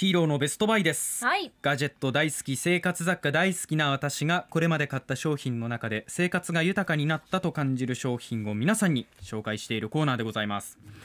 ヒーローのベストバイです、 はい、 ガジェット大好き、生活雑貨大好きな私がこれまで買った商品の中で生活が豊かになったと感じる商品を皆さんに紹介しているコーナーでございます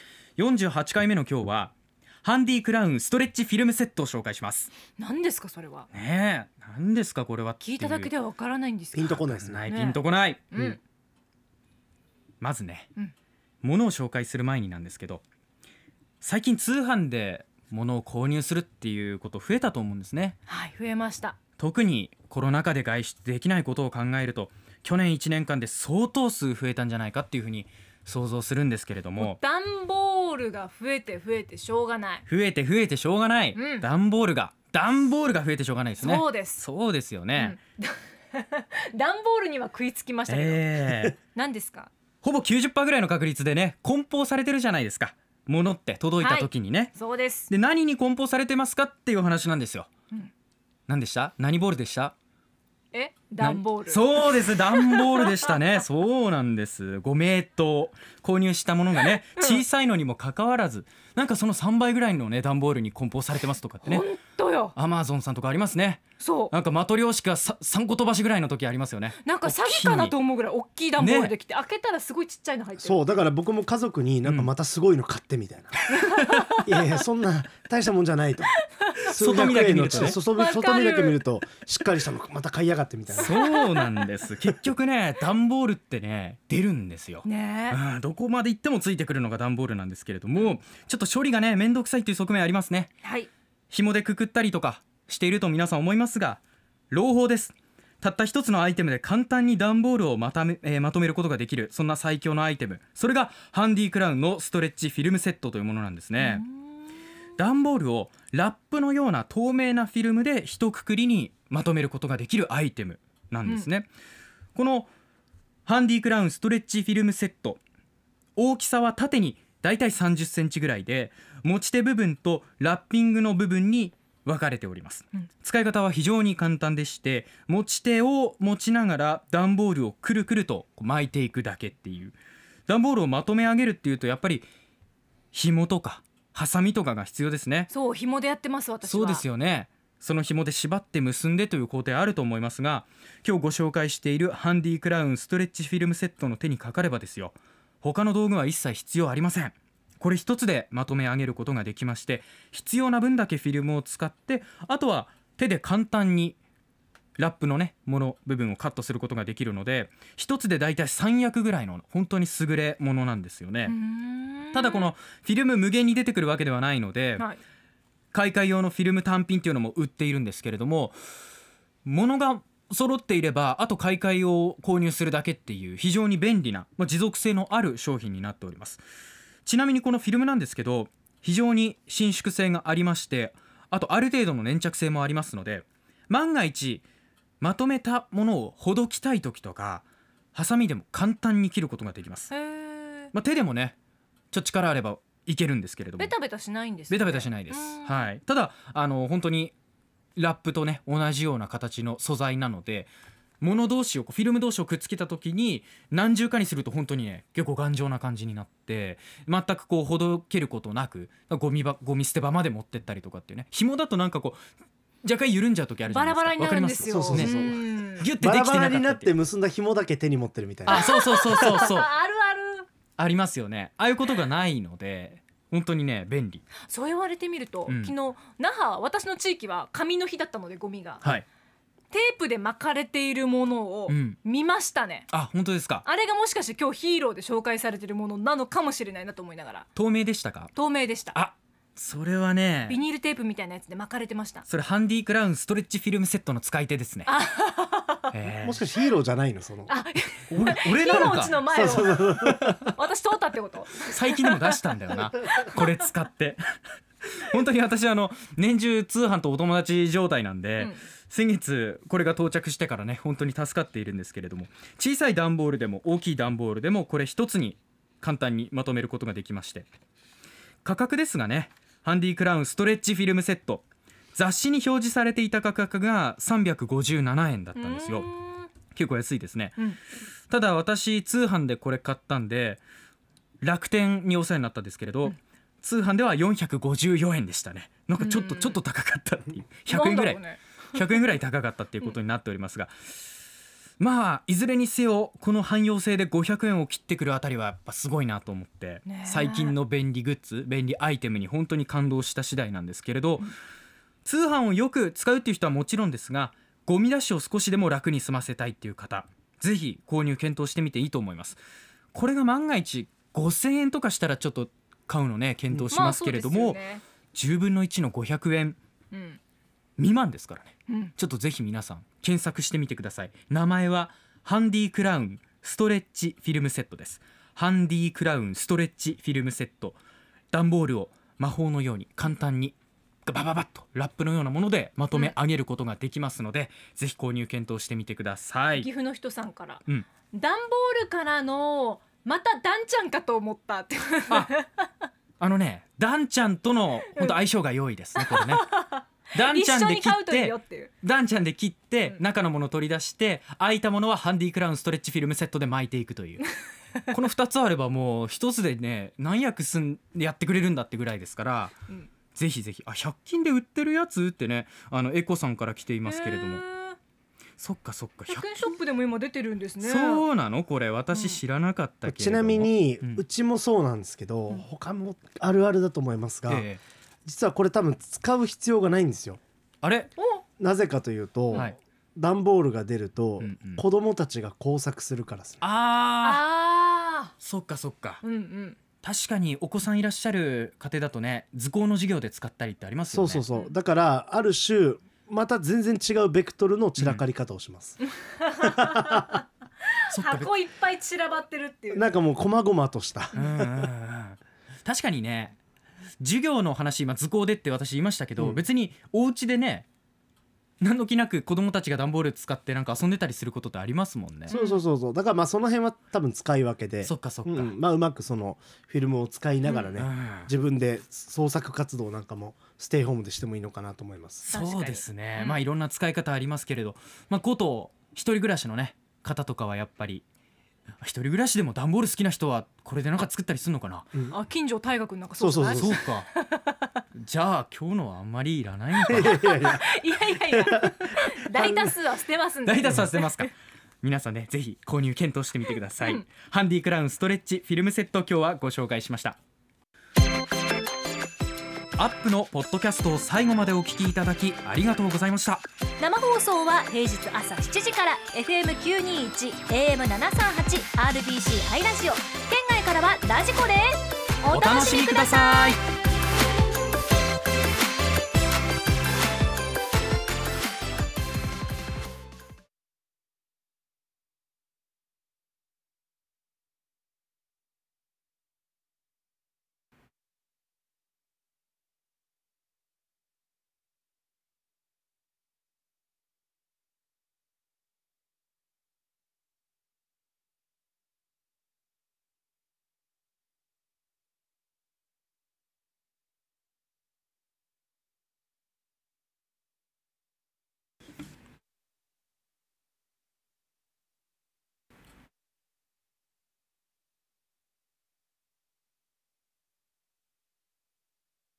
。48回目の今日はハンディクラウンストレッチフィルムセットを紹介します。 何ですかそれは。 ねえ、何ですかこれはっていう。 聞いただけではわからないんですピンとこないですね。 ピンとこない、 うんまずね、 うん物を紹介する前になんですけど、最近通販で物を購入するっていうこと増えたと思うんですね。 はい、増えました。 特にコロナ禍で外出できないことを考えると去年1年間で相当数増えたんじゃないかっていうふうに想像するんですけれども、 段ボールが増えてしょうがない。 増えてしょうがない、 うん、 段ボールが増えてしょうがないですね。 そうです。 そうですよね、 段ボールには食いつきましたけど、何ですか。 ほぼ 90% ぐらいの確率でね梱包されてるじゃないですか、物って届いた時にね、 はい、そうです。 で何に梱包されてますかっていう話なんですよ、何でした？何ボールでした？ 段ボール。 そうです、段ボールでしたねそうなんです。ご名答。購入したものがね小さいのにもかかわらず、なんかその3倍ぐらいのね段ボールに梱包されてますとかってね、 本当よ。 アマゾンさんとかありますね。 そう、 なんかマトリョーシカ3個飛ばしぐらいの時ありますよね。 なんか詐欺かなと思うぐらい大きい段ボールできて、開けたらすごいちっちゃいの入ってる。 そうだから僕も家族になんかまたすごいの買ってみたいな、いやいやそんな大したもんじゃないと、 外見だけ見るとね外見だけ見るとしっかりしたのまた買いやがってみたいな。 そうなんです結局ね段ボールってね出るんですよ、 ねどこまで行ってもついてくるのが段ボールなんですけれども、ちょっと処理がねめんどくさいという側面ありますね。 はい、 紐でくくったりとかしていると皆さん思いますが、朗報です。たった一つのアイテムで簡単に段ボールをまとめることができる、そんな最強のアイテム、それがハンディクラウンのストレッチフィルムセットというものなんですね。段ボールをラップのような透明なフィルムで一括りにまとめることができるアイテムなんですね、このハンディクラウンストレッチフィルムセット、大きさは縦にだいたい30センチぐらいで、持ち手部分とラッピングの部分に分かれております、使い方は非常に簡単でして、持ち手を持ちながら段ボールをくるくると巻いていくだけっていう。段ボールをまとめ上げるっていうとやっぱり紐とかハサミとかが必要ですね。 そう、紐でやってます私は。 そうですよね。その紐で縛って結んでという工程あると思いますが、今日ご紹介しているハンディクラウンストレッチフィルムセットの手にかかればですよ、他の道具は一切必要ありません。これ一つでまとめ上げることができまして、必要な分だけフィルムを使って、あとは手で簡単にラップのね部分をカットすることができるので、一つでだいたい3役ぐらいの本当に優れものなんですよね。ただこのフィルム無限に出てくるわけではないので、 はい、 買い替え用のフィルム単品っていうのも売っているんですけれども、物が揃っていればあと買い替えを購入するだけっていう非常に便利な、持続性のある商品になっております。ちなみにこのフィルムなんですけど、非常に伸縮性がありまして、あとある程度の粘着性もありますので、万が一まとめたものをほどきたい時とか、ハサミでも簡単に切ることができます。手でもねちょっと力あればいけるんですけれども、 ベタベタしないんですね。 ベタベタしないです、はい、ただ本当にラップとね同じような形の素材なので、物同士をフィルム同士をくっつけた時に何重かにすると本当にね結構頑丈な感じになって、全くほどけることなくゴミ捨て場まで持ってったりとかっていうね。紐だとなんか若干緩んじゃう時あるじゃないですか。 バラバラになるんですよ。 そうギュッてできてなかったっていう、 バラバラになって結んだ紐だけ手に持ってるみたいな。 そうあるある。 ありますよね。ああいうことがないので本当にね便利。 そう言われてみると、昨日那覇、私の地域は紙の日だったので、ゴミが、テープで巻かれているものを見ましたね、 本当ですか。 あれがもしかして今日ヒーローで紹介されているものなのかもしれないなと思いながら。 透明でしたか？ 透明でした。 それはねビニールテープみたいなやつで巻かれてました。 それハンディクラウンストレッチフィルムセットの使い手ですね。 もしかしてヒーローじゃないの？その俺なのか。 ヒーローちの前を私通ったってこと？ 最近でも出したんだよなこれ使って本当に私年中通販とお友達状態なんで、先月これが到着してからね本当に助かっているんですけれども、小さい段ボールでも大きい段ボールでもこれ一つに簡単にまとめることができまして、価格ですがね、ハンディクラウンストレッチフィルムセット、雑誌に表示されていた価格が357円だったんですよ。結構安いですね、ただ私通販でこれ買ったんで楽天にお世話になったんですけれど、 通販では454円でしたね。なんかちょっと高かったっていう、100円ぐらい、100円ぐらい高かったっていうことになっておりますが、まあいずれにせよこの汎用性で500円を切ってくるあたりはやっぱすごいなと思って、最近の便利グッズ、便利アイテムに本当に感動した次第なんですけれど、通販をよく使うっていう人はもちろんですが、ゴミ出しを少しでも楽に済ませたいっていう方、ぜひ購入検討してみていいと思います。これが万が一5000円とかしたらちょっと買うのね検討しますけれども、10分の1の500円未満ですからね、ちょっとぜひ皆さん検索してみてください。名前はハンディクラウンストレッチフィルムセットです。ハンディクラウンストレッチフィルムセット、段ボールを魔法のように簡単にバババッとラップのようなものでまとめ上げることができますので、ぜひ購入検討してみてください。 岐阜の人さんから、段ボールからのまたダンちゃんかと思ったってね、ダンちゃんとの本当相性が良いですね、これね。ダンちゃんで切ってダンちゃんで切って中のものを取り出して、空いたものはハンディクラウンストレッチフィルムセットで巻いていくというこの2つあればもう1つでね何役やってくれるんだってぐらいですから、ぜひぜひ。100均で売ってるやつってね、エコさんから来ていますけれども、そっかそっか、 100円ショップでも今出てるんですね。 そうなの、これ私知らなかったけれども、 ちなみにうちもそうなんですけど、他もあるあるだと思いますが、実はこれ多分使う必要がないんですよ。 あれ、 なぜかというと、段ボールが出ると子供たちが工作するからです。 そっかそっか、確かにお子さんいらっしゃる家庭だとね、図工の授業で使ったりってありますよね。 そうだからある種また全然違うベクトルの散らかり方をします、 箱いっぱい散らばってるっていう、 なんかもう細々とした確かにね、授業の話今図工でって私言いましたけど、別にお家でね何の気なく子供たちが段ボール使ってなんか遊んでたりすることってありますもんね。 そうだからまあその辺は多分使い分けで、 そっかそっか、 まあうまくそのフィルムを使いながらね、自分で創作活動なんかもステイホームでしてもいいのかなと思います。 そうですね、まあいろんな使い方ありますけれど、まあこと一人暮らしのね方とかはやっぱり一人暮らしでも段ボール好きな人はこれでなんか作ったりするのかな、 近所大河君なんかそうじゃない？ そうかじゃあ今日のはあんまりいらないのかな。 いや大多数は捨てますんで。 大多数は捨てますか。皆さんねぜひ購入検討してみてください、ハンディクラウンストレッチフィルムセット、今日はご紹介しました。アップのポッドキャストを最後までお聞きいただきありがとうございました。 生放送は平日朝7時から FM921 AM738 RBC ハイラジオ、県外からはラジコです。 お楽しみください。